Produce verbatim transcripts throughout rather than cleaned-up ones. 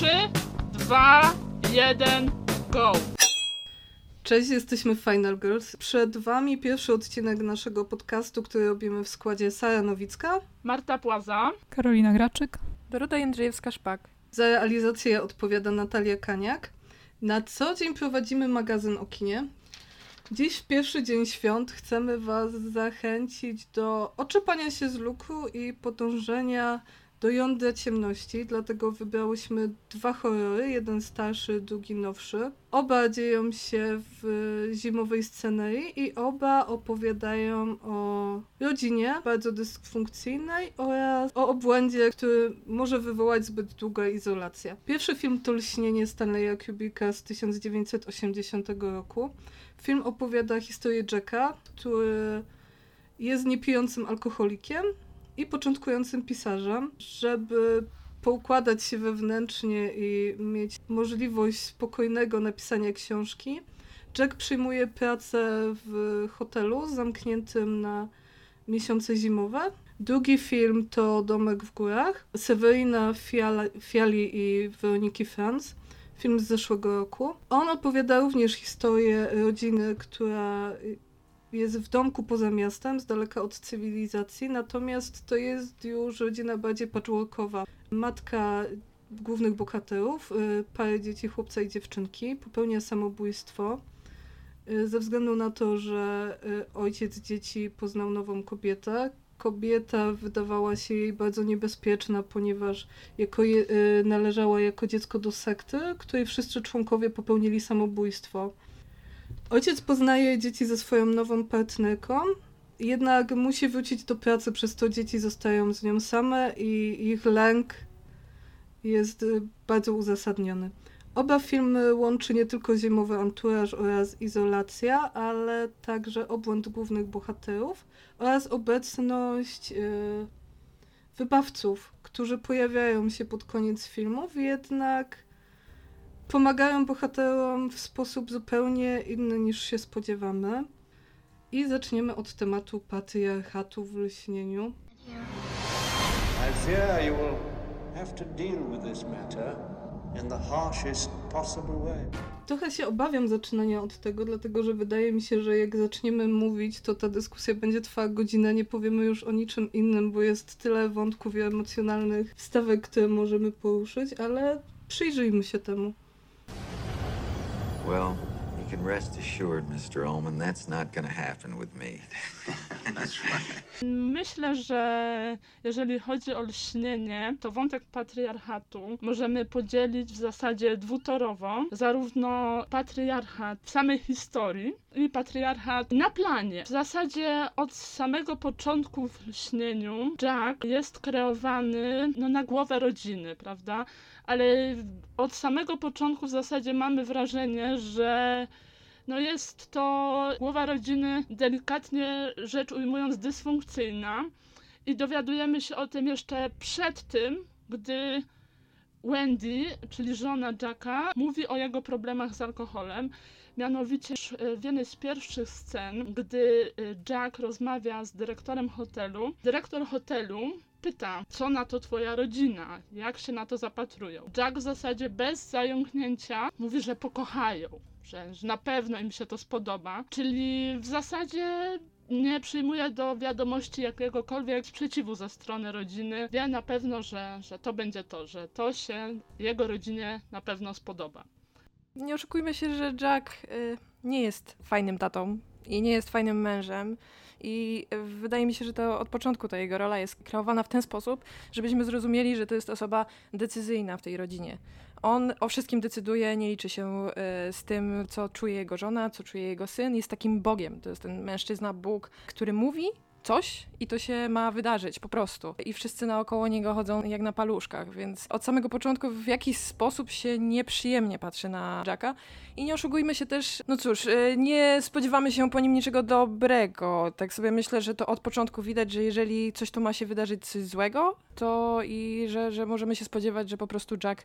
trzy, dwa, jeden, go! Cześć, jesteśmy Final Girls. Przed wami pierwszy odcinek naszego podcastu, który robimy w składzie Sara Nowicka, Marta Płaza, Karolina Graczyk, Dorota Jędrzejewska-Szpak. Za realizację odpowiada Natalia Kaniak. Na co dzień prowadzimy magazyn o kinie. Dziś w pierwszy dzień świąt chcemy was zachęcić do oczepania się z lukru i podążenia do jądra ciemności, dlatego wybrałyśmy dwa horrory, jeden starszy, drugi nowszy. Oba dzieją się w zimowej scenerii i oba opowiadają o rodzinie bardzo dysfunkcyjnej oraz o obłędzie, który może wywołać zbyt długa izolacja. Pierwszy film to Lśnienie Stanleya Kubricka z tysiąc dziewięćset osiemdziesiątego roku. Film opowiada historię Jacka, który jest niepijącym alkoholikiem i początkującym pisarzem. Żeby poukładać się wewnętrznie i mieć możliwość spokojnego napisania książki, Jack przyjmuje pracę w hotelu zamkniętym na miesiące zimowe. Drugi film to Domek w górach Sewerina Fiala, Fiali i Weroniki Franz. Film z zeszłego roku. On opowiada również historię rodziny, która jest w domku poza miastem, z daleka od cywilizacji, natomiast to jest już rodzina bardziej patchworkowa. Matka głównych bohaterów, parę dzieci, chłopca i dziewczynki, popełnia samobójstwo ze względu na to, że ojciec dzieci poznał nową kobietę. Kobieta wydawała się jej bardzo niebezpieczna, ponieważ jako je, należała jako dziecko do sekty, której wszyscy członkowie popełnili samobójstwo. Ojciec poznaje dzieci ze swoją nową partnerką, jednak musi wrócić do pracy, przez to dzieci zostają z nią same i ich lęk jest bardzo uzasadniony. Oba filmy łączy nie tylko zimowy anturaż oraz izolacja, ale także obłęd głównych bohaterów oraz obecność yy, wybawców, którzy pojawiają się pod koniec filmów, jednak pomagają bohaterom w sposób zupełnie inny niż się spodziewamy. I zaczniemy od tematu patriarchatu w lśnieniu. I fear you will have to deal with this matter in the harshest possible way. Trochę się obawiam zaczynania od tego, dlatego że wydaje mi się, że jak zaczniemy mówić, to ta dyskusja będzie trwała godzinę, nie powiemy już o niczym innym, bo jest tyle wątków i emocjonalnych wstawek, które możemy poruszyć, ale przyjrzyjmy się temu. Well, you can rest assured, mister Ullman, that's not gonna happen with me. That's right. Myślę, że jeżeli chodzi o lśnienie, to wątek patriarchatu możemy podzielić w zasadzie dwutorowo. Zarówno patriarchat w samej historii i patriarchat na planie. W zasadzie od samego początku w lśnieniu Jack jest kreowany no, na głowę rodziny, prawda? Ale od samego początku w zasadzie mamy wrażenie, że no jest to głowa rodziny, delikatnie rzecz ujmując, dysfunkcyjna i dowiadujemy się o tym jeszcze przed tym, gdy Wendy, czyli żona Jacka, mówi o jego problemach z alkoholem. Mianowicie w jednej z pierwszych scen, gdy Jack rozmawia z dyrektorem hotelu, dyrektor hotelu pyta, co na to twoja rodzina, jak się na to zapatrują. Jack w zasadzie bez zająknięcia mówi, że pokochają, że, że na pewno im się to spodoba, czyli w zasadzie nie przyjmuje do wiadomości jakiegokolwiek sprzeciwu ze strony rodziny. Wie na pewno, że, że to będzie to, że to się jego rodzinie na pewno spodoba. Nie oszukujmy się, że Jack y, nie jest fajnym tatą i nie jest fajnym mężem. I wydaje mi się, że to od początku ta jego rola jest kreowana w ten sposób, żebyśmy zrozumieli, że to jest osoba decyzyjna w tej rodzinie. On o wszystkim decyduje, nie liczy się y, z tym, co czuje jego żona, co czuje jego syn. Jest takim Bogiem. To jest ten mężczyzna, Bóg, który mówi coś i to się ma wydarzyć po prostu. I wszyscy naokoło niego chodzą jak na paluszkach, więc od samego początku w jakiś sposób się nieprzyjemnie patrzy na Jacka. I nie oszukujmy się też, no cóż, nie spodziewamy się po nim niczego dobrego. Tak sobie myślę, że to od początku widać, że jeżeli coś tu ma się wydarzyć coś złego, to i że, że możemy się spodziewać, że po prostu Jack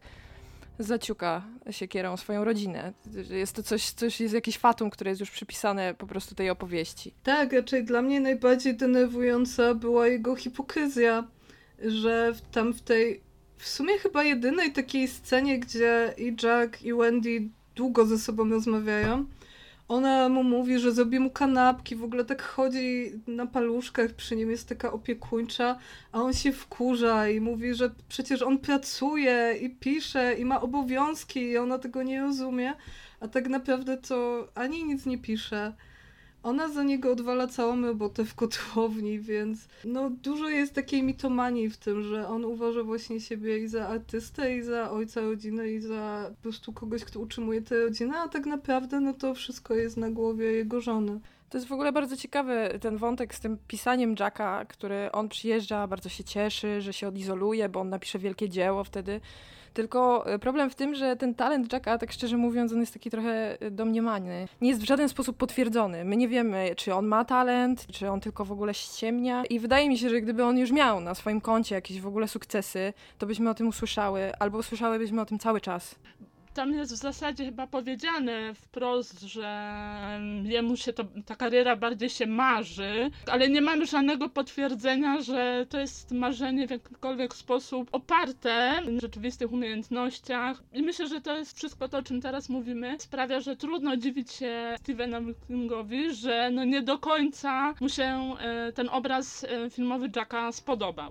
zaciuka siekierą swoją rodzinę. Jest to coś, coś jest jakiś fatum, które jest już przypisane po prostu tej opowieści. Tak, raczej dla mnie najbardziej denerwująca była jego hipokryzja, że tam w tej w sumie chyba jedynej takiej scenie, gdzie i Jack, i Wendy długo ze sobą rozmawiają. Ona mu mówi, że zrobi mu kanapki, w ogóle tak chodzi na paluszkach, przy nim jest taka opiekuńcza, a on się wkurza i mówi, że przecież on pracuje i pisze i ma obowiązki i ona tego nie rozumie, a tak naprawdę to ani nic nie pisze. Ona za niego odwala całą robotę w kotłowni, więc no dużo jest takiej mitomanii w tym, że on uważa właśnie siebie i za artystę, i za ojca rodziny, i za po prostu kogoś, kto utrzymuje tę rodzinę, a tak naprawdę no to wszystko jest na głowie jego żony. To jest w ogóle bardzo ciekawy ten wątek z tym pisaniem Jacka, który on przyjeżdża, bardzo się cieszy, że się odizoluje, bo on napisze wielkie dzieło wtedy. Tylko problem w tym, że ten talent Jacka, tak szczerze mówiąc, on jest taki trochę domniemany. Nie jest w żaden sposób potwierdzony. My nie wiemy, czy on ma talent, czy on tylko w ogóle ściemnia. I wydaje mi się, że gdyby on już miał na swoim koncie jakieś w ogóle sukcesy, to byśmy o tym usłyszały, albo usłyszałybyśmy o tym cały czas. Tam jest w zasadzie chyba powiedziane wprost, że jemu się to, ta kariera bardziej się marzy, ale nie mamy żadnego potwierdzenia, że to jest marzenie w jakikolwiek sposób oparte na rzeczywistych umiejętnościach. I myślę, że to jest wszystko to, o czym teraz mówimy, sprawia, że trudno dziwić się Stephenowi Kingowi, że no nie do końca mu się ten obraz filmowy Jacka spodobał.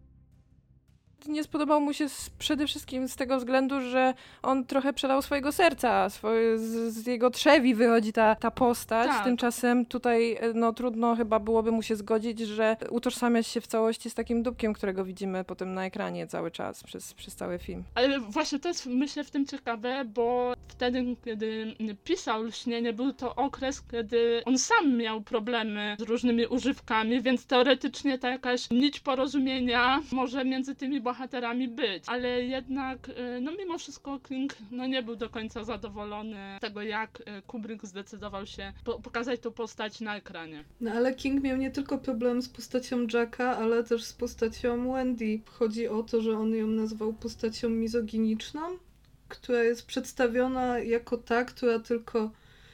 Nie spodobał mu się z, przede wszystkim z tego względu, że on trochę przelał swojego serca, swoje, z, z jego trzewi wychodzi ta, ta postać. Tak. Tymczasem tutaj no, trudno chyba byłoby mu się zgodzić, że utożsamia się w całości z takim dupkiem, którego widzimy potem na ekranie cały czas, przez, przez cały film. Ale właśnie to jest, myślę, w tym ciekawe, bo wtedy, kiedy pisał Lśnienie, był to okres, kiedy on sam miał problemy z różnymi używkami, więc teoretycznie ta jakaś nić porozumienia może między tymi bohaterami być, ale jednak no mimo wszystko King no nie był do końca zadowolony z tego, jak Kubrick zdecydował się po- pokazać tą postać na ekranie. No ale King miał nie tylko problem z postacią Jacka, ale też z postacią Wendy. Chodzi o to, że on ją nazwał postacią mizoginiczną, która jest przedstawiona jako ta, która tylko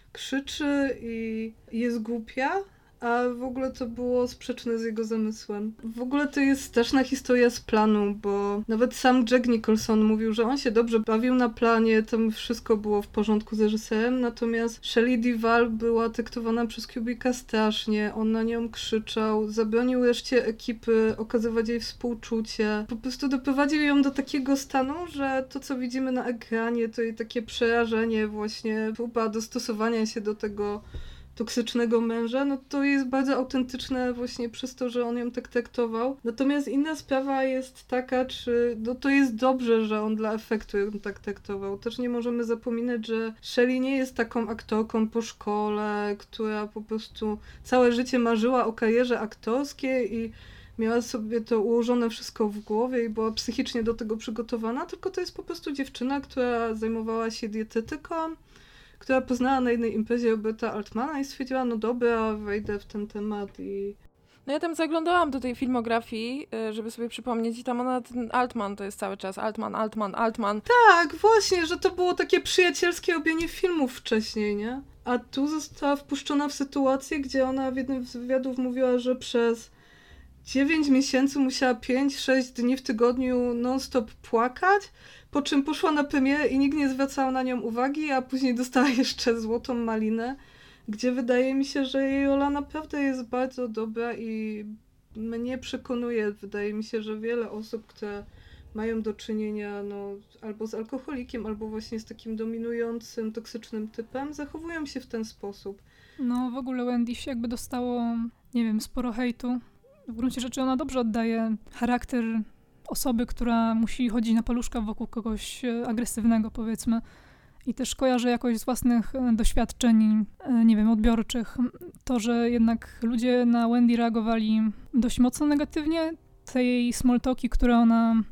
krzyczy i jest głupia, a w ogóle to było sprzeczne z jego zamysłem. W ogóle to jest straszna historia z planu, bo nawet sam Jack Nicholson mówił, że on się dobrze bawił na planie, tam wszystko było w porządku z reżyserem, natomiast Shelley Duvall była traktowana przez Kubricka strasznie, on na nią krzyczał, zabronił reszcie ekipy okazywać jej współczucie, po prostu doprowadził ją do takiego stanu, że to, co widzimy na ekranie, to jej takie przerażenie, właśnie próba dostosowania się do tego toksycznego męża, no to jest bardzo autentyczne właśnie przez to, że on ją tak traktował. Natomiast inna sprawa jest taka, czy no to jest dobrze, że on dla efektu ją tak traktował. Też nie możemy zapominać, że Shelley nie jest taką aktorką po szkole, która po prostu całe życie marzyła o karierze aktorskiej i miała sobie to ułożone wszystko w głowie i była psychicznie do tego przygotowana, tylko to jest po prostu dziewczyna, która zajmowała się dietetyką, która poznała na jednej imprezie Roberta Altmana i stwierdziła, no dobra, wejdę w ten temat i... No ja tam zaglądałam do tej filmografii, żeby sobie przypomnieć i tam ona, ten Altman to jest cały czas, Altman, Altman, Altman. Tak, właśnie, że to było takie przyjacielskie robienie filmów wcześniej, nie? A tu została wpuszczona w sytuację, gdzie ona w jednym z wywiadów mówiła, że przez dziewięć miesięcy musiała pięć sześć dni w tygodniu non-stop płakać, po czym poszła na premierę i nikt nie zwracał na nią uwagi, a później dostała jeszcze Złotą Malinę, gdzie wydaje mi się, że jej rola naprawdę jest bardzo dobra i mnie przekonuje. Wydaje mi się, że wiele osób, które mają do czynienia no, albo z alkoholikiem, albo właśnie z takim dominującym, toksycznym typem, zachowują się w ten sposób. No w ogóle Wendy się jakby dostało, nie wiem, sporo hejtu. W gruncie rzeczy ona dobrze oddaje charakter osoby, która musi chodzić na paluszkach wokół kogoś agresywnego, powiedzmy. I też kojarzę jakoś z własnych doświadczeń, nie wiem, odbiorczych. To, że jednak ludzie na Wendy reagowali dość mocno negatywnie. Te jej small talki, które ona,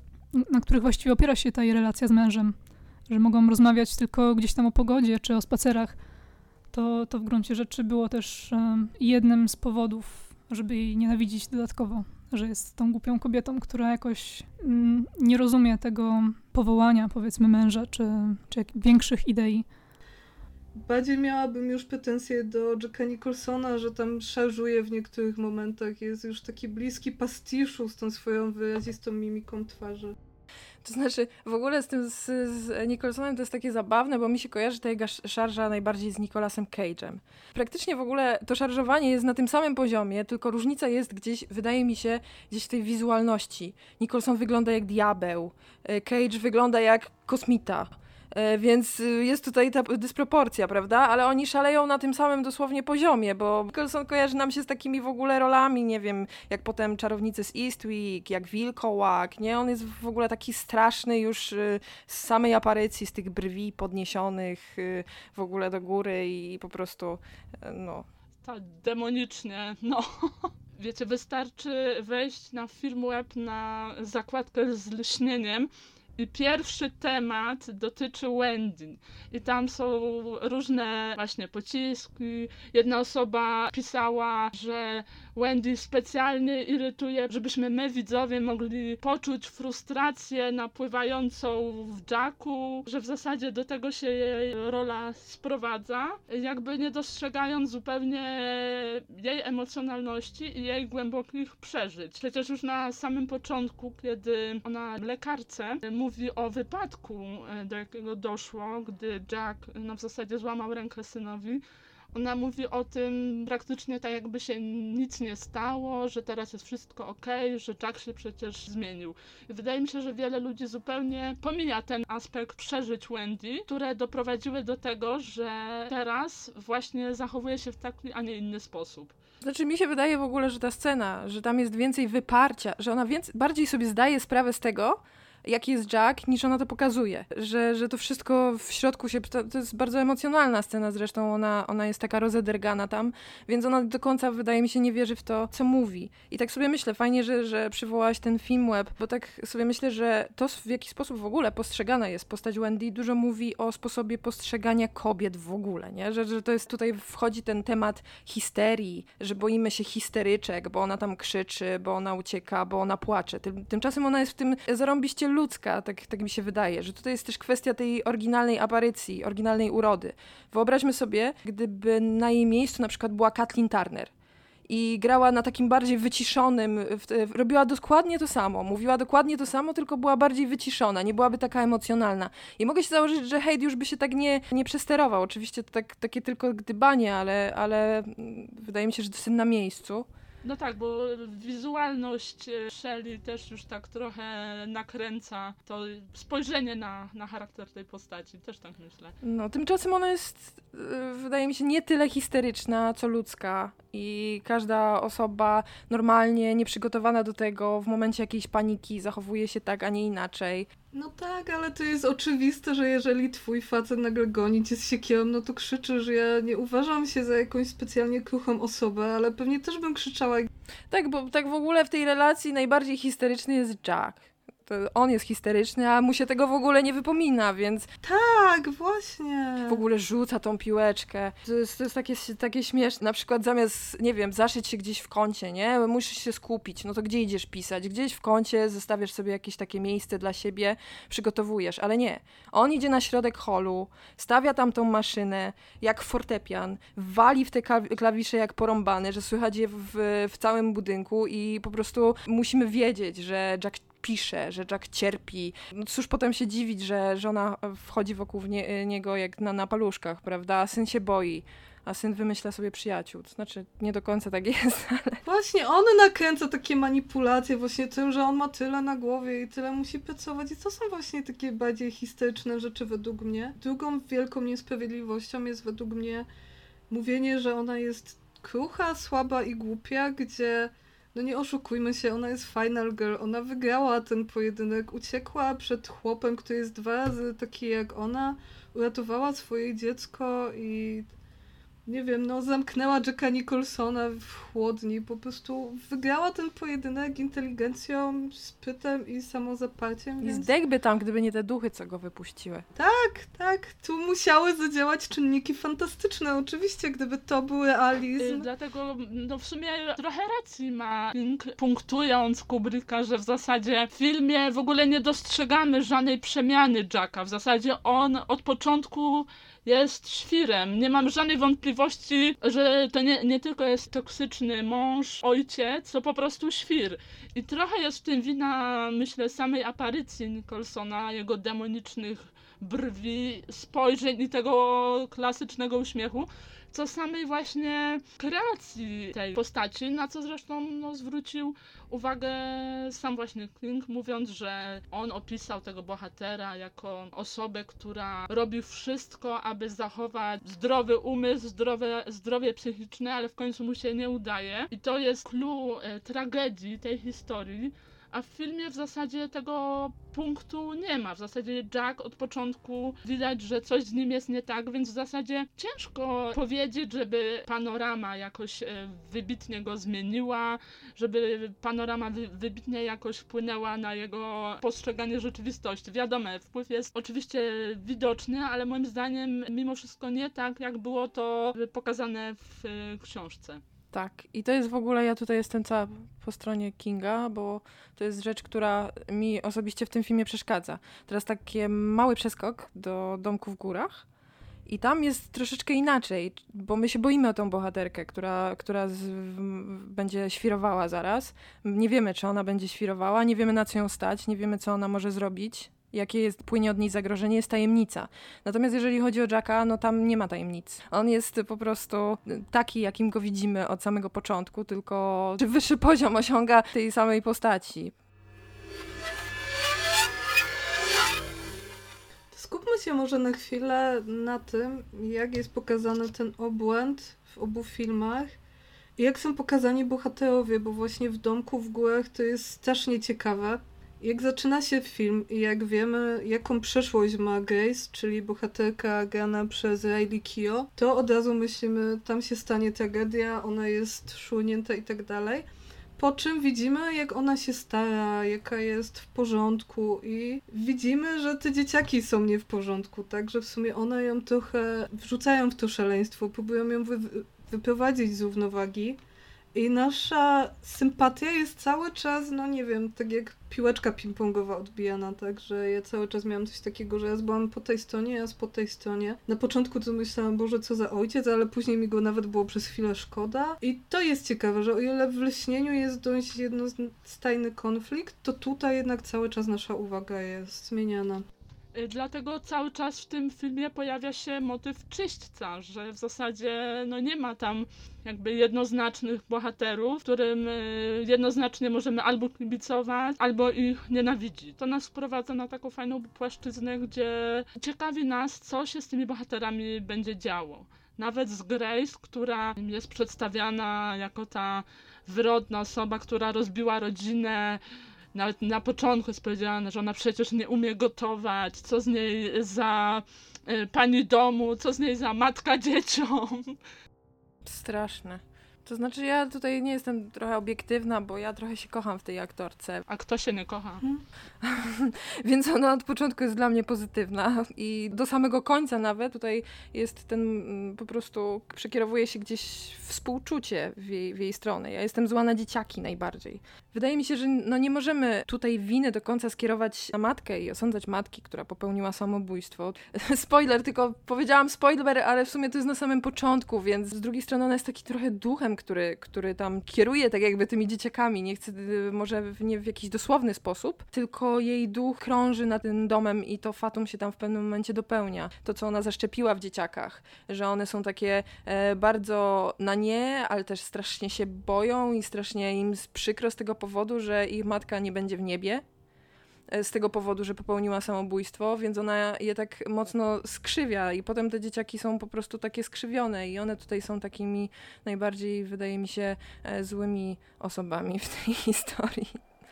na których właściwie opiera się ta jej relacja z mężem, że mogą rozmawiać tylko gdzieś tam o pogodzie czy o spacerach, to, to w gruncie rzeczy było też jednym z powodów, żeby jej nienawidzić dodatkowo, że jest tą głupią kobietą, która jakoś mm, nie rozumie tego powołania, powiedzmy, męża, czy, czy większych idei. Bardziej miałabym już pretensje do Jacka Nicholsona, że tam szarżuje w niektórych momentach, jest już taki bliski pastiszu z tą swoją wyrazistą mimiką twarzy. To znaczy, w ogóle z tym z, z Nicholsonem to jest takie zabawne, bo mi się kojarzy ta jego szarża najbardziej z Nicolasem Cage'em. Praktycznie w ogóle to szarżowanie jest na tym samym poziomie, tylko różnica jest gdzieś, wydaje mi się, gdzieś w tej wizualności. Nicholson wygląda jak diabeł, Cage wygląda jak kosmita. Więc jest tutaj ta dysproporcja, prawda? Ale oni szaleją na tym samym dosłownie poziomie, bo Nicholson kojarzy nam się z takimi w ogóle rolami, nie wiem, jak potem Czarownicy z Eastwick, jak Wilkołak, nie? On jest w ogóle taki straszny już z samej aparycji, z tych brwi podniesionych w ogóle do góry i po prostu, no... Tak, demonicznie, no... Wiecie, wystarczy wejść na Filmweb na zakładkę z lśnieniem i pierwszy temat dotyczy Wendy. I tam są różne właśnie pociski. Jedna osoba pisała, że Wendy specjalnie irytuje, żebyśmy my, widzowie, mogli poczuć frustrację napływającą w Jacku, że w zasadzie do tego się jej rola sprowadza, jakby nie dostrzegając zupełnie jej emocjonalności i jej głębokich przeżyć. Przecież już na samym początku, kiedy ona lekarce mówi o wypadku, do jakiego doszło, gdy Jack no, w zasadzie złamał rękę synowi, ona mówi o tym praktycznie tak, jakby się nic nie stało, że teraz jest wszystko okej, że Jack się przecież zmienił. I wydaje mi się, że wiele ludzi zupełnie pomija ten aspekt przeżyć Wendy, które doprowadziły do tego, że teraz właśnie zachowuje się w taki, a nie inny sposób. Znaczy mi się wydaje w ogóle, że ta scena, że tam jest więcej wyparcia, że ona więcej, bardziej sobie zdaje sprawę z tego, jaki jest Jack, niż ona to pokazuje. Że, że to wszystko w środku się... To, to jest bardzo emocjonalna scena zresztą, ona, ona jest taka rozedergana tam, więc ona do końca, wydaje mi się, nie wierzy w to, co mówi. I tak sobie myślę, fajnie, że, że przywołałaś ten Filmweb, bo tak sobie myślę, że to, w jaki sposób w ogóle postrzegana jest postać Wendy, dużo mówi o sposobie postrzegania kobiet w ogóle, nie? Że, że to jest, tutaj wchodzi ten temat histerii, że boimy się histeryczek, bo ona tam krzyczy, bo ona ucieka, bo ona płacze. Tym, tymczasem ona jest w tym zarąbiście ludzka, tak, tak mi się wydaje, że tutaj jest też kwestia tej oryginalnej aparycji, oryginalnej urody. Wyobraźmy sobie, gdyby na jej miejscu na przykład była Kathleen Turner i grała na takim bardziej wyciszonym, w, robiła dokładnie to samo, mówiła dokładnie to samo, tylko była bardziej wyciszona, nie byłaby taka emocjonalna. I mogę się założyć, że Hate już by się tak nie, nie przesterował. Oczywiście to tak, takie tylko gdybanie, ale, ale wydaje mi się, że to jest na miejscu. No tak, bo wizualność Shelley też już tak trochę nakręca to spojrzenie na, na charakter tej postaci, też tak myślę. No, tymczasem ona jest, wydaje mi się, nie tyle histeryczna, co ludzka i każda osoba normalnie, nieprzygotowana do tego, w momencie jakiejś paniki zachowuje się tak, a nie inaczej. No tak, ale to jest oczywiste, że jeżeli twój facet nagle goni cię z siekierą, no to krzyczysz. Ja nie uważam się za jakąś specjalnie kruchą osobę, ale pewnie też bym krzyczała. Tak, bo tak w ogóle w tej relacji najbardziej histeryczny jest Jack. To on jest histeryczny, a mu się tego w ogóle nie wypomina, więc... Tak, właśnie. W ogóle rzuca tą piłeczkę. To jest, to jest takie, takie śmieszne. Na przykład zamiast, nie wiem, zaszyć się gdzieś w kącie, nie? Musisz się skupić. No to gdzie idziesz pisać? Gdzieś w kącie zostawiasz sobie jakieś takie miejsce dla siebie, przygotowujesz, ale nie. On idzie na środek holu, stawia tam tą maszynę, jak fortepian, wali w te klawisze jak porąbany, że słychać je w, w całym budynku i po prostu musimy wiedzieć, że Jack pisze, że Jack cierpi. No cóż potem się dziwić, że żona wchodzi wokół nie, niego jak na, na paluszkach, prawda? A syn się boi, a syn wymyśla sobie przyjaciół. To znaczy, nie do końca tak jest, ale... Właśnie, on nakręca takie manipulacje właśnie tym, że on ma tyle na głowie i tyle musi pracować i to są właśnie takie bardziej historyczne rzeczy według mnie. Drugą wielką niesprawiedliwością jest według mnie mówienie, że ona jest krucha, słaba i głupia, gdzie... No nie oszukujmy się, ona jest final girl, ona wygrała ten pojedynek, uciekła przed chłopem, który jest dwa razy taki jak ona, uratowała swoje dziecko i nie wiem, no zamknęła Jacka Nicholsona w chłodni, po prostu wygrała ten pojedynek inteligencją, sprytem i samozaparciem. I więc... zdechłby tam, gdyby nie te duchy, co go wypuściły. Tak, tak, tu musiały zadziałać czynniki fantastyczne, oczywiście, gdyby to był realizm. Yy, dlatego, no w sumie trochę racji ma Pink, punktując Kubricka, że w zasadzie w filmie w ogóle nie dostrzegamy żadnej przemiany Jacka. W zasadzie on od początku jest świrem. Nie mam żadnej wątpliwości, że to nie, nie tylko jest toksyczny mąż, ojciec, to po prostu świr. I trochę jest w tym wina, myślę, samej aparycji Nicholsona, jego demonicznych brwi, spojrzeń i tego klasycznego uśmiechu, co samej właśnie kreacji tej postaci, na co zresztą no, zwrócił uwagę sam właśnie King, mówiąc, że on opisał tego bohatera jako osobę, która robi wszystko, aby zachować zdrowy umysł, zdrowe, zdrowie psychiczne, ale w końcu mu się nie udaje. I to jest clue e, tragedii tej historii. A w filmie w zasadzie tego punktu nie ma. W zasadzie Jack od początku widać, że coś z nim jest nie tak, więc w zasadzie ciężko powiedzieć, żeby panorama jakoś wybitnie go zmieniła, żeby panorama wy- wybitnie jakoś wpłynęła na jego postrzeganie rzeczywistości. Wiadomo, wpływ jest oczywiście widoczny, ale moim zdaniem mimo wszystko nie tak, jak było to pokazane w książce. Tak, i to jest w ogóle, ja tutaj jestem cała po stronie Kinga, bo to jest rzecz, która mi osobiście w tym filmie przeszkadza. Teraz taki mały przeskok do Domku w górach i tam jest troszeczkę inaczej, bo my się boimy o tą bohaterkę, która, która z, w, będzie świrowała zaraz. Nie wiemy, czy ona będzie świrowała, nie wiemy, na co ją stać, nie wiemy, co ona może zrobić. Jakie jest, płynie od niej zagrożenie, jest tajemnica. Natomiast jeżeli chodzi o Jacka, no tam nie ma tajemnic. On jest po prostu taki, jakim go widzimy od samego początku, tylko czy wyższy poziom osiąga tej samej postaci. Skupmy się może na chwilę na tym, jak jest pokazany ten obłęd w obu filmach i jak są pokazani bohaterowie, bo właśnie w Domku w górach to jest strasznie ciekawe. Jak zaczyna się film i jak wiemy, jaką przeszłość ma Grace, czyli bohaterka grana przez Riley Keough, to od razu myślimy, tam się stanie tragedia, ona jest szurnięta i tak dalej. Po czym widzimy, jak ona się stara, jaka jest w porządku i widzimy, że te dzieciaki są nie w porządku, także w sumie one ją trochę wrzucają w to szaleństwo, próbują ją wy- wyprowadzić z równowagi. I nasza sympatia jest cały czas, no nie wiem, tak jak piłeczka ping-pongowa odbijana, tak, że ja cały czas miałam coś takiego, że ja byłam po tej stronie, ja po tej stronie. Na początku to myślałam, Boże, co za ojciec, ale później mi go nawet było przez chwilę szkoda. I to jest ciekawe, że o ile w Lśnieniu jest dość jednostajny konflikt, to tutaj jednak cały czas nasza uwaga jest zmieniana. Dlatego cały czas w tym filmie pojawia się motyw czyśćca, że w zasadzie no nie ma tam jakby jednoznacznych bohaterów, którym jednoznacznie możemy albo kibicować, albo ich nienawidzić. To nas wprowadza na taką fajną płaszczyznę, gdzie ciekawi nas, co się z tymi bohaterami będzie działo. Nawet z Grace, która jest przedstawiana jako ta wyrodna osoba, która rozbiła rodzinę. Nawet na początku jest powiedziane, że ona przecież nie umie gotować, co z niej za y, pani domu, co z niej za matka dzieciom. Straszne. To znaczy ja tutaj nie jestem trochę obiektywna, bo ja trochę się kocham w tej aktorce. A kto się nie kocha? Hmm. Więc ona od początku jest dla mnie pozytywna i do samego końca nawet tutaj jest ten, po prostu przekierowuje się gdzieś współczucie w jej, w jej stronę. Ja jestem zła na dzieciaki najbardziej. Wydaje mi się, że no nie możemy tutaj winy do końca skierować na matkę i osądzać matki, która popełniła samobójstwo. Spoiler, tylko powiedziałam spoiler, ale w sumie to jest na samym początku, więc z drugiej strony ona jest taki trochę duchem, który, który tam kieruje tak jakby tymi dzieciakami. Nie chcę, może w, nie w jakiś dosłowny sposób, tylko jej duch krąży nad tym domem i to fatum się tam w pewnym momencie dopełnia. To, co ona zaszczepiła w dzieciakach, że one są takie e, bardzo na nie, ale też strasznie się boją i strasznie im przykro z tego powodu, że ich matka nie będzie w niebie. Z tego powodu, że popełniła samobójstwo, więc ona je tak mocno skrzywia i potem te dzieciaki są po prostu takie skrzywione i one tutaj są takimi najbardziej, wydaje mi się, e, złymi osobami w tej historii.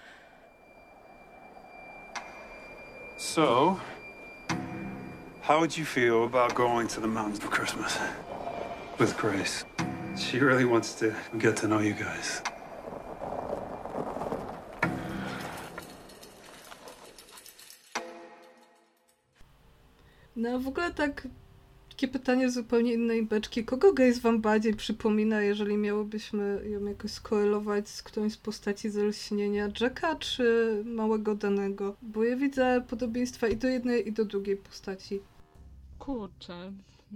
So, how would you feel about going to the mountains for Christmas with Grace? She really wants to get to know you guys. No w ogóle tak, takie pytanie z zupełnie innej beczki. Kogo Grace wam bardziej przypomina, jeżeli miałybyśmy ją jakoś skorelować z którąś z postaci z Lśnienia? Jacka czy małego Danego? Bo ja widzę podobieństwa i do jednej, i do drugiej postaci. Kurczę,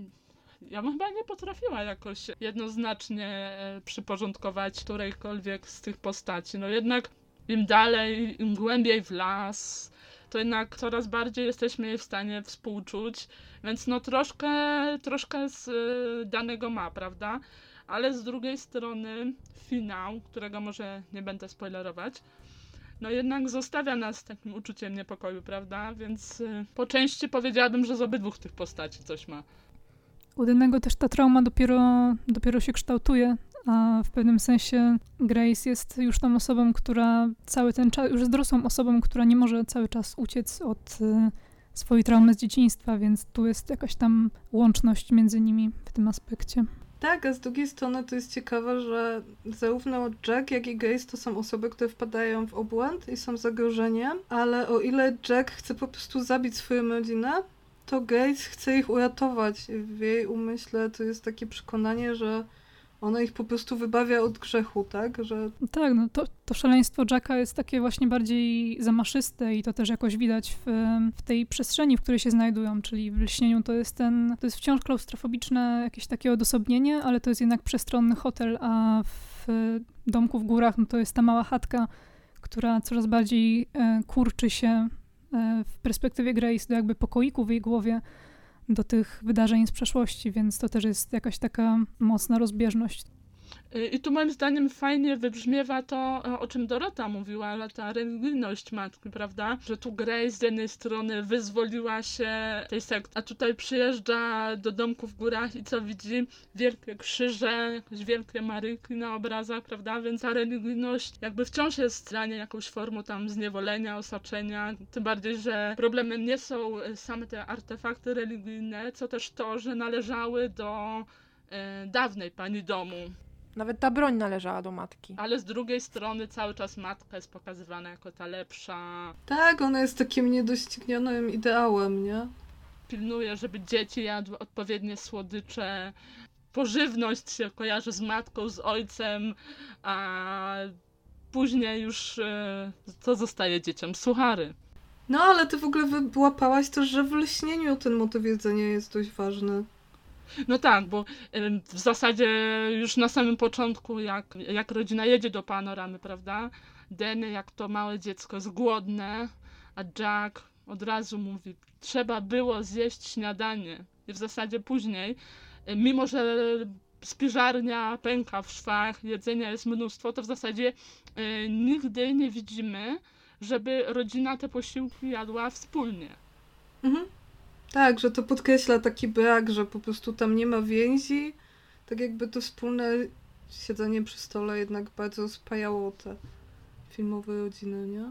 Ja bym chyba nie potrafiła jakoś jednoznacznie e, przyporządkować którejkolwiek z tych postaci. No jednak im dalej, im głębiej w las, to jednak coraz bardziej jesteśmy jej w stanie współczuć, więc no troszkę, troszkę z y, danego ma, prawda? Ale z drugiej strony finał, którego może nie będę spoilerować, no jednak zostawia nas z takim uczuciem niepokoju, prawda? Więc y, po części powiedziałabym, że z obydwu tych postaci coś ma. U Dennego też ta trauma dopiero, dopiero się kształtuje, a w pewnym sensie Grace jest już tą osobą, która cały ten czas, już jest dorosłą osobą, która nie może cały czas uciec od y, swojej traumy z dzieciństwa, więc tu jest jakaś tam łączność między nimi w tym aspekcie. Tak, a z drugiej strony to jest ciekawe, że zarówno Jack, jak i Grace to są osoby, które wpadają w obłęd i są zagrożeniem, ale o ile Jack chce po prostu zabić swoją rodzinę, to Grace chce ich uratować. W jej umyśle to jest takie przekonanie, że ona ich po prostu wybawia od grzechu, tak? Że... Tak, no to, to szaleństwo Jacka jest takie właśnie bardziej zamaszyste i to też jakoś widać w, w tej przestrzeni, w której się znajdują, czyli w Lśnieniu to jest ten, to jest wciąż klaustrofobiczne jakieś takie odosobnienie, ale to jest jednak przestronny hotel, a w domku w górach no to jest ta mała chatka, która coraz bardziej e, kurczy się e, w perspektywie Grace do jakby pokoiku w jej głowie, do tych wydarzeń z przeszłości, więc to też jest jakaś taka mocna rozbieżność. I tu moim zdaniem fajnie wybrzmiewa to, o czym Dorota mówiła, ale ta religijność matki, prawda? Że tu Grace z jednej strony wyzwoliła się tej sekty, a tutaj przyjeżdża do domku w górach i co widzi? Wielkie krzyże, jakieś wielkie maryki na obrazach, prawda? Więc ta religijność jakby wciąż jest dla niej jakąś formą tam zniewolenia, osaczenia. Tym bardziej, że problemem nie są same te artefakty religijne, co też to, że należały do e, dawnej pani domu. Nawet ta broń należała do matki. Ale z drugiej strony cały czas matka jest pokazywana jako ta lepsza. Tak, ona jest takim niedoścignionym ideałem, nie? Pilnuje, żeby dzieci jadły odpowiednie słodycze. Pożywność się kojarzy z matką, z ojcem, a później już e, co zostaje dzieciom? Suchary. No, ale ty w ogóle wyłapałaś też, że w Lśnieniu ten motyw jedzenia jest dość ważny. No tak, bo w zasadzie już na samym początku, jak, jak rodzina jedzie do panoramy, prawda? Denny, jak to małe dziecko, jest głodne, a Jack od razu mówi, trzeba było zjeść śniadanie. I w zasadzie później, mimo że spiżarnia pęka w szwach, jedzenia jest mnóstwo, to w zasadzie y, nigdy nie widzimy, żeby rodzina te posiłki jadła wspólnie. Mhm. Tak, że to podkreśla taki brak, że po prostu tam nie ma więzi. Tak jakby to wspólne siedzenie przy stole jednak bardzo spajało te filmowe rodziny, nie?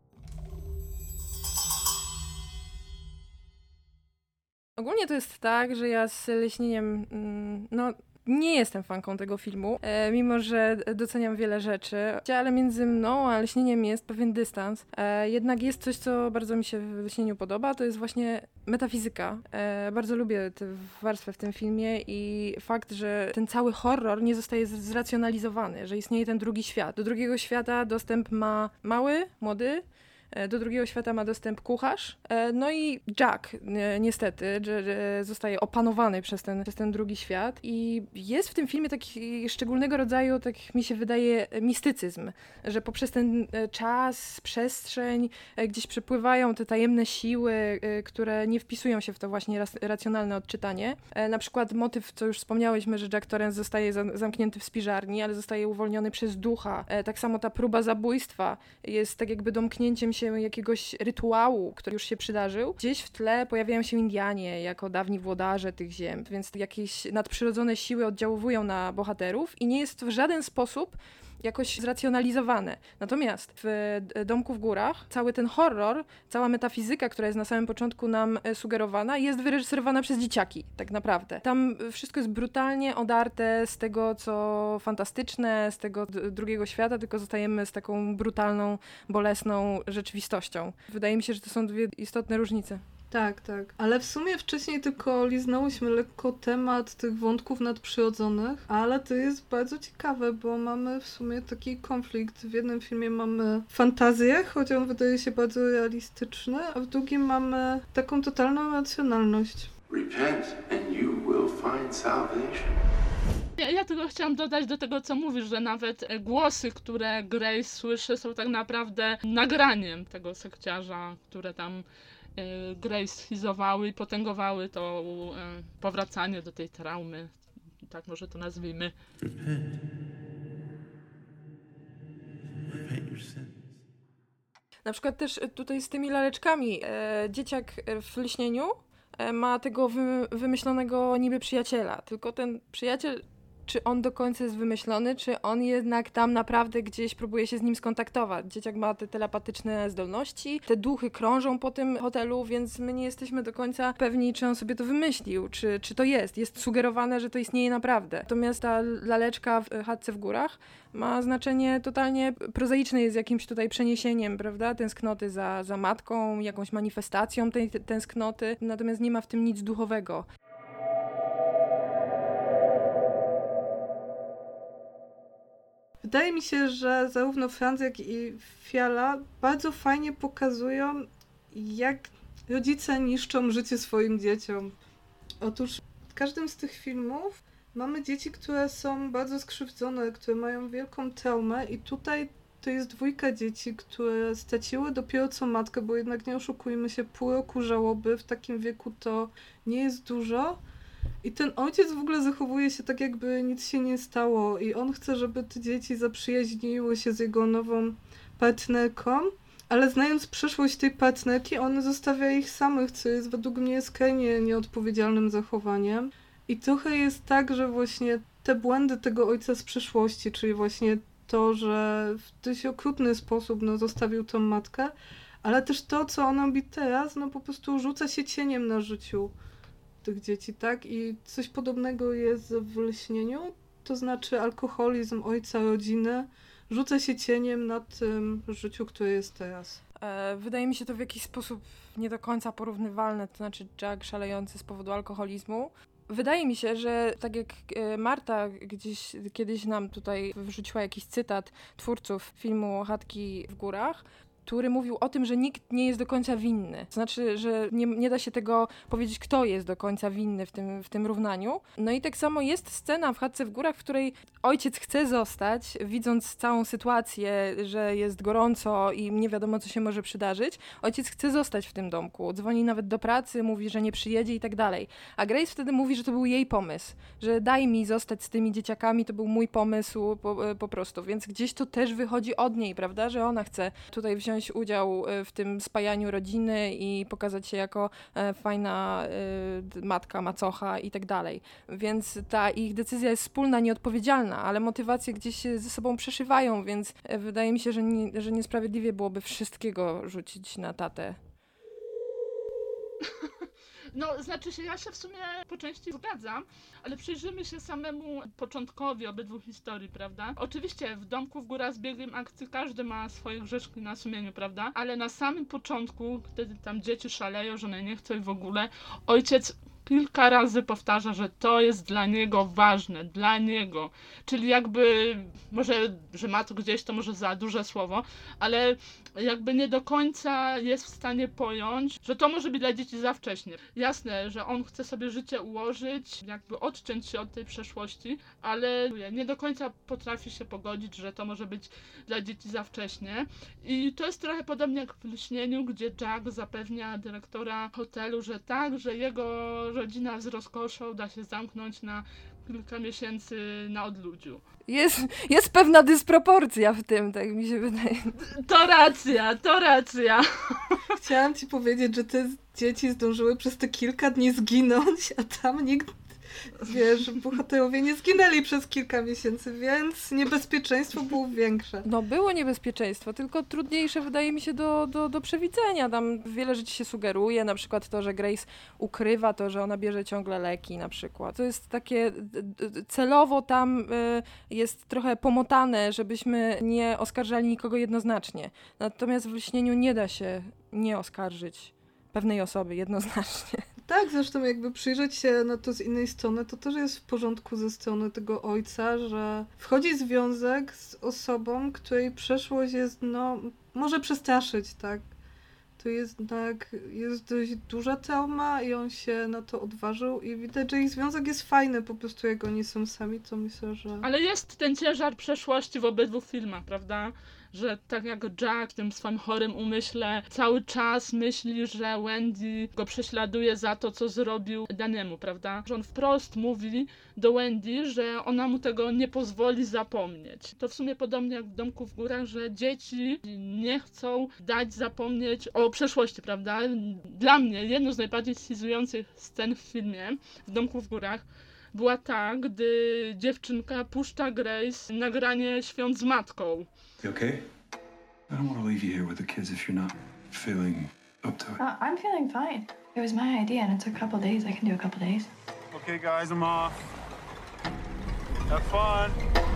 Ogólnie to jest tak, że ja z Lśnieniem, no nie jestem fanką tego filmu, e, mimo że doceniam wiele rzeczy, ale między mną a Lśnieniem jest pewien dystans. E, jednak jest coś, co bardzo mi się w Lśnieniu podoba, to jest właśnie metafizyka. E, bardzo lubię tę warstwę w tym filmie i fakt, że ten cały horror nie zostaje zracjonalizowany, że istnieje ten drugi świat. Do drugiego świata dostęp ma mały, młody, do drugiego świata ma dostęp kucharz. No i Jack niestety zostaje opanowany przez ten, przez ten drugi świat i jest w tym filmie taki szczególnego rodzaju, tak mi się wydaje, mistycyzm, że poprzez ten czas, przestrzeń gdzieś przepływają te tajemne siły, które nie wpisują się w to właśnie racjonalne odczytanie. Na przykład motyw, co już wspomniałyśmy, że Jack Torrance zostaje zamknięty w spiżarni, ale zostaje uwolniony przez ducha. Tak samo ta próba zabójstwa jest tak jakby domknięciem się jakiegoś rytuału, który już się przydarzył. Gdzieś w tle pojawiają się Indianie jako dawni włodarze tych ziem, więc jakieś nadprzyrodzone siły oddziałują na bohaterów i nie jest to w żaden sposób jakoś zracjonalizowane. Natomiast w Domku w górach cały ten horror, cała metafizyka, która jest na samym początku nam sugerowana, jest wyreżyserowana przez dzieciaki, tak naprawdę. Tam wszystko jest brutalnie odarte z tego, co fantastyczne, z tego d- drugiego świata, tylko zostajemy z taką brutalną, bolesną rzeczywistością. Wydaje mi się, że to są dwie istotne różnice. Tak, tak. Ale w sumie wcześniej tylko liznałyśmy lekko temat tych wątków nadprzyrodzonych, ale to jest bardzo ciekawe, bo mamy w sumie taki konflikt. W jednym filmie mamy fantazję, choć on wydaje się bardzo realistyczny, a w drugim mamy taką totalną racjonalność. Repent and you will find salvation. Ja, ja tylko chciałam dodać do tego, co mówisz, że nawet e, głosy, które Grace słyszy, są tak naprawdę nagraniem tego sekciarza, które tam e, Grace schizowały i potęgowały to e, powracanie do tej traumy. Tak może to nazwijmy. Repent. Repent your sins. Na przykład też tutaj z tymi laleczkami. E, dzieciak w Lśnieniu e, ma tego wy, wymyślonego niby przyjaciela, tylko ten przyjaciel, czy on do końca jest wymyślony, czy on jednak tam naprawdę gdzieś próbuje się z nim skontaktować. Dzieciak ma te telepatyczne zdolności, te duchy krążą po tym hotelu, więc my nie jesteśmy do końca pewni, czy on sobie to wymyślił, czy, czy to jest. Jest sugerowane, że to istnieje naprawdę. Natomiast ta laleczka w chatce w górach ma znaczenie totalnie prozaiczne, jest jakimś tutaj przeniesieniem, prawda, tęsknoty za, za matką, jakąś manifestacją tej tęsknoty, natomiast nie ma w tym nic duchowego. Wydaje mi się, że zarówno Franz, jak i Fiala bardzo fajnie pokazują, jak rodzice niszczą życie swoim dzieciom. Otóż w każdym z tych filmów mamy dzieci, które są bardzo skrzywdzone, które mają wielką traumę i tutaj to jest dwójka dzieci, które straciły dopiero co matkę, bo jednak nie oszukujmy się, pół roku żałoby w takim wieku to nie jest dużo. I ten ojciec w ogóle zachowuje się tak, jakby nic się nie stało i on chce, żeby te dzieci zaprzyjaźniły się z jego nową partnerką, ale znając przeszłość tej partnerki, on zostawia ich samych, co jest według mnie skrajnie nieodpowiedzialnym zachowaniem. I trochę jest tak, że właśnie te błędy tego ojca z przeszłości, czyli właśnie to, że w dość okrutny sposób no, zostawił tą matkę, ale też to, co on robi teraz, no po prostu rzuca się cieniem na życiu tych dzieci, tak? I coś podobnego jest w Lśnieniu, to znaczy alkoholizm ojca rodziny rzuca się cieniem na tym życiu, które jest teraz. E, wydaje mi się to w jakiś sposób nie do końca porównywalne, to znaczy Jack szalejący z powodu alkoholizmu. Wydaje mi się, że tak jak Marta gdzieś kiedyś nam tutaj wrzuciła jakiś cytat twórców filmu Chatki w górach, który mówił o tym, że nikt nie jest do końca winny. To znaczy, że nie, nie da się tego powiedzieć, kto jest do końca winny w tym, w tym równaniu. No i tak samo jest scena w Chatce w górach, w której ojciec chce zostać, widząc całą sytuację, że jest gorąco i nie wiadomo, co się może przydarzyć. Ojciec chce zostać w tym domku. Dzwoni nawet do pracy, mówi, że nie przyjedzie i tak dalej. A Grace wtedy mówi, że to był jej pomysł, że daj mi zostać z tymi dzieciakami, to był mój pomysł po, po prostu. Więc gdzieś to też wychodzi od niej, prawda, że ona chce tutaj wziąć udział w tym spajaniu rodziny i pokazać się jako fajna matka, macocha i tak dalej. Więc ta ich decyzja jest wspólna, nieodpowiedzialna, ale motywacje gdzieś się ze sobą przeszywają, więc wydaje mi się, że, nie, że niesprawiedliwie byłoby wszystkiego rzucić na tatę. No, znaczy się, ja się w sumie po części zgadzam, ale przyjrzymy się samemu początkowi obydwu historii, prawda? Oczywiście w domku w górach z biegiem akcji każdy ma swoje grzeszki na sumieniu, prawda? Ale na samym początku, kiedy tam dzieci szaleją, że one nie chcą i w ogóle, ojciec kilka razy powtarza, że to jest dla niego ważne, dla niego. Czyli jakby, może, że ma to gdzieś, to może za duże słowo, ale jakby nie do końca jest w stanie pojąć, że to może być dla dzieci za wcześnie. Jasne, że on chce sobie życie ułożyć, jakby odciąć się od tej przeszłości, ale nie do końca potrafi się pogodzić, że to może być dla dzieci za wcześnie. I to jest trochę podobnie jak w Lśnieniu, gdzie Jack zapewnia dyrektora hotelu, że tak, że jego rodzina z rozkoszą da się zamknąć na kilka miesięcy na odludziu. Jest, jest pewna dysproporcja w tym, tak mi się wydaje. To racja, to racja. Chciałam ci powiedzieć, że te dzieci zdążyły przez te kilka dni zginąć, a tam nikt, wiesz, bohaterowie nie zginęli przez kilka miesięcy, więc niebezpieczeństwo było większe. No było niebezpieczeństwo, tylko trudniejsze wydaje mi się do, do, do przewidzenia. Tam wiele rzeczy się sugeruje, na przykład to, że Grace ukrywa to, że ona bierze ciągle leki na przykład. To jest takie celowo tam jest trochę pomotane, żebyśmy nie oskarżali nikogo jednoznacznie. Natomiast w Lśnieniu nie da się nie oskarżyć pewnej osoby jednoznacznie. Tak, zresztą jakby przyjrzeć się na to z innej strony, to też jest w porządku ze strony tego ojca, że wchodzi związek z osobą, której przeszłość jest, no, może przestraszyć, tak? to jednak jest dość duża trauma i on się na to odważył i widać, że ich związek jest fajny, po prostu jak oni są sami, to myślę, że... Ale jest ten ciężar przeszłości w obydwu filmach, prawda? Że tak jak Jack w tym swoim chorym umyśle cały czas myśli, że Wendy go prześladuje za to, co zrobił Daniemu, prawda? Że on wprost mówi do Wendy, że ona mu tego nie pozwoli zapomnieć. To w sumie podobnie jak w Domku w górach, że dzieci nie chcą dać zapomnieć o przeszłości, prawda? Dla mnie jedną z najbardziej schizujących scen w filmie, w Domku w górach, była ta, gdy dziewczynka puszcza Grace nagranie Świąt z matką. You okay? I don't want to leave you here with the kids if you're not feeling up to it. Uh, I'm feeling fine. It was my idea and it took a couple days. I can do a couple days. Okay, guys, I'm off. Have fun.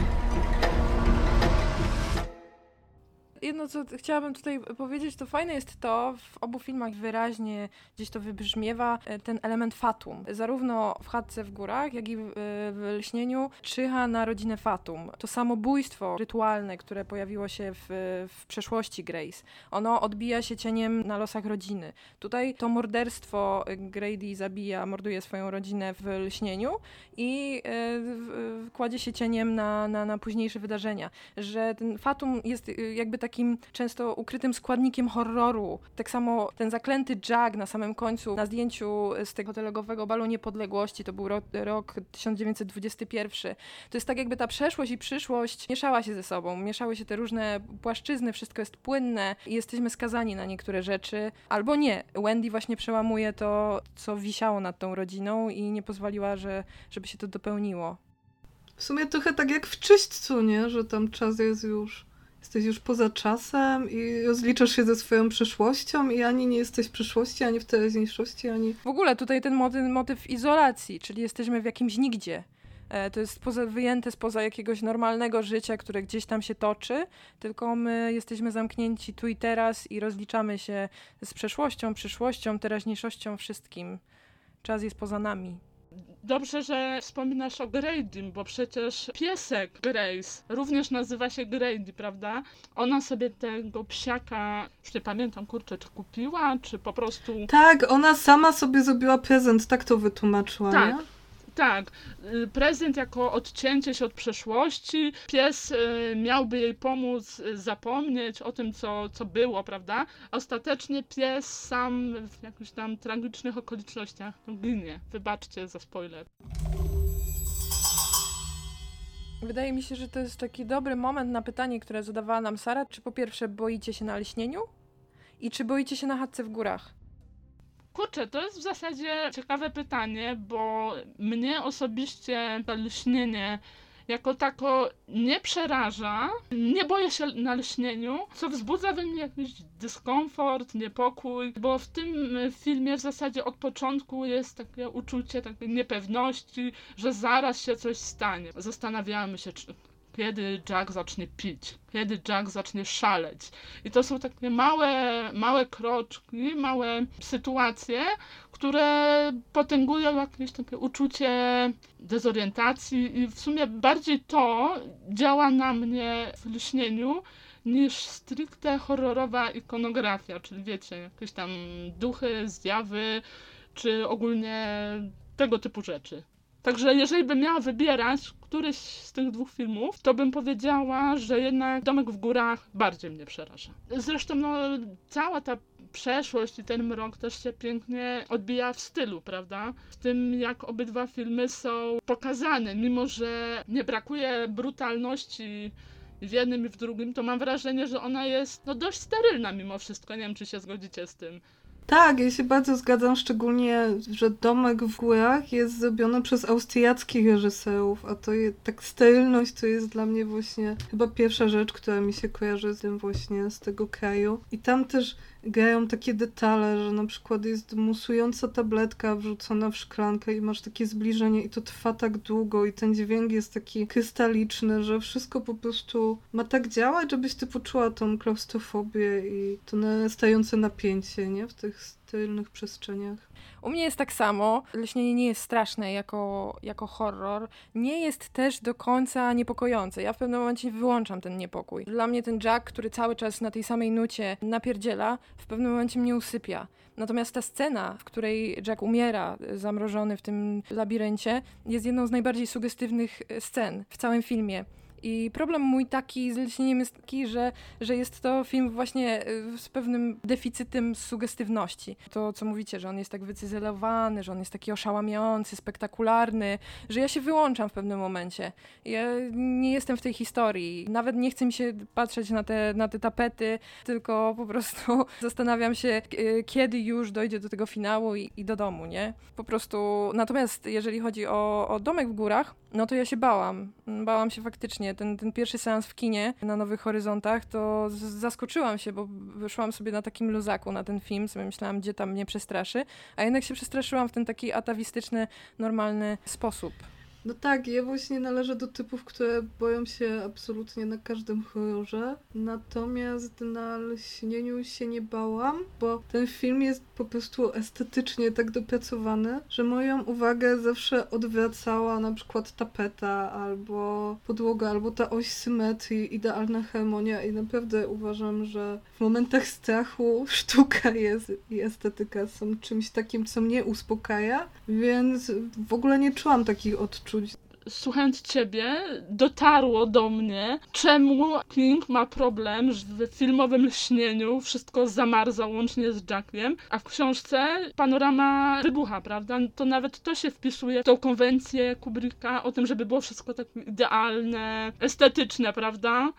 Jedno, co chciałabym tutaj powiedzieć, to fajne jest to, w obu filmach wyraźnie gdzieś to wybrzmiewa, ten element fatum. Zarówno w Chatce w górach, jak i w, w Lśnieniu czyha na rodzinę Fatum. To samobójstwo rytualne, które pojawiło się w, w przeszłości Grace, ono odbija się cieniem na losach rodziny. Tutaj to morderstwo Grady zabija, morduje swoją rodzinę w Lśnieniu i y, kładzie się cieniem na, na, na późniejsze wydarzenia. Że ten fatum jest jakby takim często ukrytym składnikiem horroru. Tak samo ten zaklęty Jack na samym końcu, na zdjęciu z tego hotelowego balu niepodległości, to był rok, rok tysiąc dziewięćset dwudziesty pierwszy. To jest tak jakby ta przeszłość i przyszłość mieszała się ze sobą. Mieszały się te różne płaszczyzny, wszystko jest płynne i jesteśmy skazani na niektóre rzeczy. Albo nie. Wendy właśnie przełamuje to, co wisiało nad tą rodziną i nie pozwoliła, że, żeby się to dopełniło. W sumie trochę tak jak w Czyśćcu, nie? Że tam czas jest już, jesteś już poza czasem i rozliczasz się ze swoją przyszłością i ani nie jesteś w przyszłości, ani w teraźniejszości, ani... W ogóle tutaj ten motyw, motyw izolacji, czyli jesteśmy w jakimś nigdzie. To jest poza, wyjęte spoza jakiegoś normalnego życia, które gdzieś tam się toczy, tylko my jesteśmy zamknięci tu i teraz i rozliczamy się z przeszłością, przyszłością, teraźniejszością, wszystkim. Czas jest poza nami. Dobrze, że wspominasz o Grady, bo przecież piesek Grace również nazywa się Grady, prawda? Ona sobie tego psiaka, już nie pamiętam, kurczę, czy kupiła, czy po prostu... Tak, ona sama sobie zrobiła prezent, tak to wytłumaczyła, tak. nie? Tak, prezent jako odcięcie się od przeszłości, pies miałby jej pomóc zapomnieć o tym, co, co było, prawda? Ostatecznie pies sam w jakichś tam tragicznych okolicznościach ginie. Wybaczcie za spoiler. Wydaje mi się, że to jest taki dobry moment na pytanie, które zadawała nam Sara. Czy po pierwsze boicie się na Lśnieniu? I czy boicie się na Chatce w górach? Kurczę, to jest w zasadzie ciekawe pytanie, bo mnie osobiście to Lśnienie jako tako nie przeraża, nie boję się na Lśnieniu, co wzbudza we mnie jakiś dyskomfort, niepokój, bo w tym filmie w zasadzie od początku jest takie uczucie takiej niepewności, że zaraz się coś stanie. Zastanawiamy się, czy kiedy Jack zacznie pić, kiedy Jack zacznie szaleć. I to są takie małe, małe kroczki, małe sytuacje, które potęgują jakieś takie uczucie dezorientacji i w sumie bardziej to działa na mnie w Lśnieniu niż stricte horrorowa ikonografia, czyli wiecie, jakieś tam duchy, zjawy, czy ogólnie tego typu rzeczy. Także jeżeli bym miała wybierać któryś z tych dwóch filmów, to bym powiedziała, że jednak Domek w górach bardziej mnie przeraża. Zresztą no, cała ta przeszłość i ten mrok też się pięknie odbija w stylu, prawda? W tym, jak obydwa filmy są pokazane, mimo że nie brakuje brutalności w jednym i w drugim, to mam wrażenie, że ona jest no, dość sterylna mimo wszystko. Nie wiem, czy się zgodzicie z tym. Tak, ja się bardzo zgadzam, szczególnie, że Domek w górach jest zrobiony przez austriackich reżyserów, a to jest, tak sterylność to jest dla mnie właśnie chyba pierwsza rzecz, która mi się kojarzy z tym właśnie, z tego kraju. I tam też grają takie detale, że na przykład jest musująca tabletka wrzucona w szklankę i masz takie zbliżenie i to trwa tak długo i ten dźwięk jest taki krystaliczny, że wszystko po prostu ma tak działać, żebyś ty poczuła tą klaustrofobię i to narastające napięcie, nie? W tych sterylnych przestrzeniach. U mnie jest tak samo. Lśnienie nie jest straszne jako, jako horror. Nie jest też do końca niepokojące. Ja w pewnym momencie wyłączam ten niepokój. Dla mnie ten Jack, który cały czas na tej samej nucie napierdziela, w pewnym momencie mnie usypia. Natomiast ta scena, w której Jack umiera zamrożony w tym labiryncie, jest jedną z najbardziej sugestywnych scen w całym filmie. I problem mój taki z Lśnieniem jest taki, że, że jest to film właśnie z pewnym deficytem sugestywności. To, co mówicie, że on jest tak wycyzelowany, że on jest taki oszałamiający, spektakularny, że ja się wyłączam w pewnym momencie. Ja nie jestem w tej historii. Nawet nie chce mi się patrzeć na te, na te tapety, tylko po prostu zastanawiam się, kiedy już dojdzie do tego finału i, i do domu, nie? Po prostu, natomiast jeżeli chodzi o, o Domek w górach, no to ja się bałam. Bałam się faktycznie. Ten, ten pierwszy seans w kinie na Nowych Horyzontach, to z- zaskoczyłam się, bo wyszłam sobie na takim luzaku na ten film, sobie myślałam, gdzie tam mnie przestraszy, a jednak się przestraszyłam w ten taki atawistyczny, normalny sposób. No tak, ja właśnie należę do typów, które boją się absolutnie na każdym horrorze, natomiast na Lśnieniu się nie bałam, bo ten film jest po prostu estetycznie tak dopracowany, że moją uwagę zawsze odwracała na przykład tapeta, albo podłoga, albo ta oś symetrii, idealna harmonia i naprawdę uważam, że w momentach strachu sztuka jest i estetyka są czymś takim, co mnie uspokaja, więc w ogóle nie czułam takich odczuć. Słuchając ciebie, dotarło do mnie, czemu King ma problem, że w filmowym Lśnieniu wszystko zamarza łącznie z Jackiem, a w książce panorama wybucha, prawda? To nawet to się wpisuje w tą konwencję Kubricka o tym, żeby było wszystko tak idealne, estetyczne, prawda?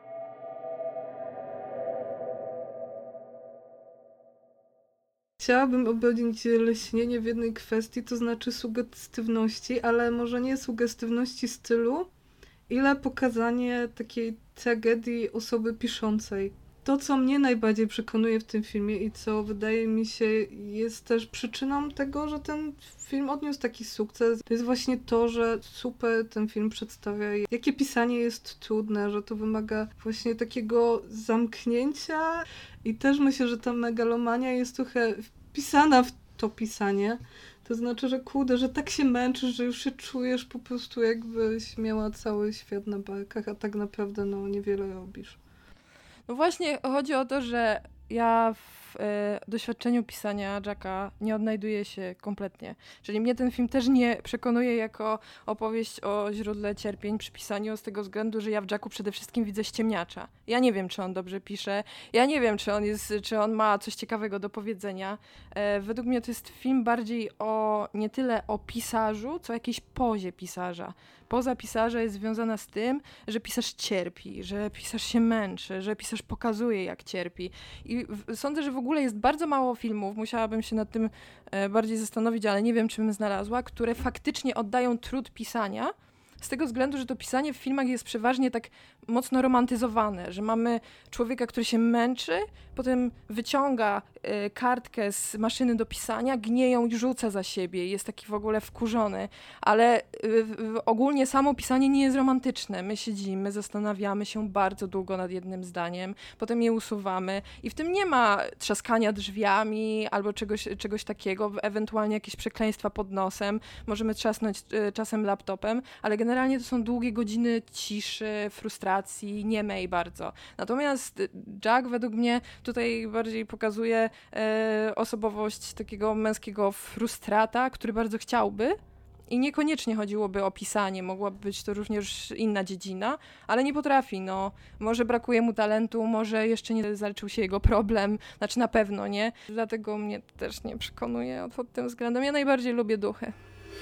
Chciałabym obronić Lśnienie w jednej kwestii, to znaczy sugestywności, ale może nie sugestywności stylu, ile pokazanie takiej tragedii osoby piszącej. To, co mnie najbardziej przekonuje w tym filmie i co wydaje mi się jest też przyczyną tego, że ten film odniósł taki sukces, to jest właśnie to, że super ten film przedstawia, jakie pisanie jest trudne, że to wymaga właśnie takiego zamknięcia i też myślę, że ta megalomania jest trochę wpisana w to pisanie. To znaczy, że kurde, że tak się męczysz, że już się czujesz po prostu jakbyś miała cały świat na barkach, a tak naprawdę no niewiele robisz. No właśnie chodzi o to, że ja w e, doświadczeniu pisania Jacka nie odnajduję się kompletnie. Czyli mnie ten film też nie przekonuje jako opowieść o źródle cierpień przy pisaniu z tego względu, że ja w Jacku przede wszystkim widzę ściemniacza. Ja nie wiem, czy on dobrze pisze, ja nie wiem, czy on jest, czy on ma coś ciekawego do powiedzenia. E, według mnie to jest film bardziej o nie tyle o pisarzu, co jakiejś pozie pisarza. Poza pisarza jest związana z tym, że pisarz cierpi, że pisarz się męczy, że pisarz pokazuje, jak cierpi. I w, sądzę, że w ogóle jest bardzo mało filmów, musiałabym się nad tym e, bardziej zastanowić, ale nie wiem, czy bym znalazła, które faktycznie oddają trud pisania, z tego względu, że to pisanie w filmach jest przeważnie tak mocno romantyzowane, że mamy człowieka, który się męczy, potem wyciąga y, kartkę z maszyny do pisania, gnie ją i rzuca za siebie, jest taki w ogóle wkurzony, ale y, y, ogólnie samo pisanie nie jest romantyczne. My siedzimy, zastanawiamy się bardzo długo nad jednym zdaniem, potem je usuwamy i w tym nie ma trzaskania drzwiami albo czegoś, czegoś takiego, ewentualnie jakieś przekleństwa pod nosem, możemy trzasnąć y, czasem laptopem, ale generalnie to są długie godziny ciszy, frustracji, niemej bardzo. Natomiast Jack według mnie tutaj bardziej pokazuje e, osobowość takiego męskiego frustrata, który bardzo chciałby i niekoniecznie chodziłoby o pisanie, mogłaby być to również inna dziedzina, ale nie potrafi, no. Może brakuje mu talentu, może jeszcze nie zaleczył się jego problem, znaczy na pewno nie. Dlatego mnie też nie przekonuje pod tym względem. Ja najbardziej lubię duchy.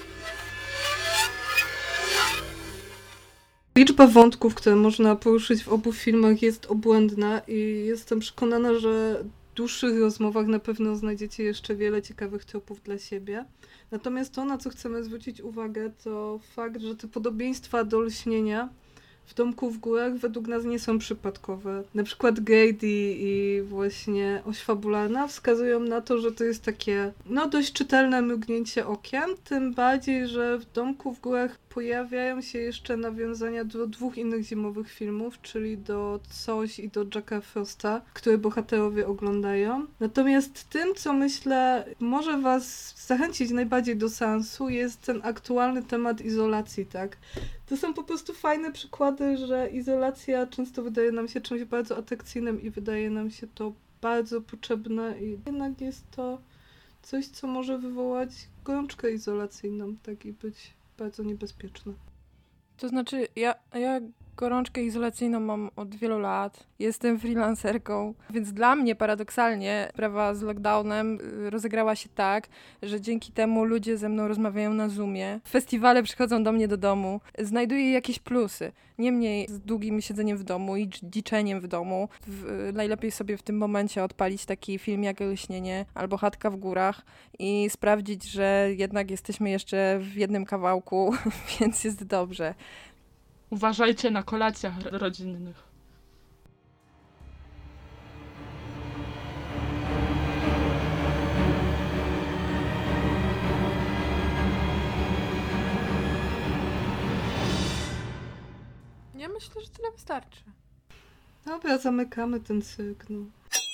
Liczba wątków, które można poruszyć w obu filmach jest obłędna i jestem przekonana, że w dłuższych rozmowach na pewno znajdziecie jeszcze wiele ciekawych tropów dla siebie. Natomiast to, na co chcemy zwrócić uwagę, to fakt, że te podobieństwa do Lśnienia w Domku w górach według nas nie są przypadkowe. Na przykład Grady i właśnie oś fabularna wskazują na to, że to jest takie no dość czytelne mrugnięcie okiem, tym bardziej, że w Domku w górach pojawiają się jeszcze nawiązania do dwóch innych zimowych filmów, czyli do Coś i do Jacka Frosta, które bohaterowie oglądają. Natomiast tym, co myślę może was zachęcić najbardziej do seansu, jest ten aktualny temat izolacji, tak? To są po prostu fajne przykłady, że izolacja często wydaje nam się czymś bardzo atrakcyjnym i wydaje nam się to bardzo potrzebne i jednak jest to coś, co może wywołać gorączkę izolacyjną, tak, i być bardzo niebezpieczne. To znaczy, ja, ja gorączkę izolacyjną mam od wielu lat. Jestem freelancerką, więc dla mnie paradoksalnie sprawa z lockdownem rozegrała się tak, że dzięki temu ludzie ze mną rozmawiają na Zoomie. Festiwale przychodzą do mnie do domu. Znajduję jakieś plusy. Niemniej z długim siedzeniem w domu i dziczeniem w domu w, najlepiej sobie w tym momencie odpalić taki film jak Lśnienie albo Chatka w górach i sprawdzić, że jednak jesteśmy jeszcze w jednym kawałku, więc jest dobrze. Uważajcie na kolacjach rodzinnych. Ja myślę, że tyle wystarczy. Dobra, zamykamy ten cykl. No.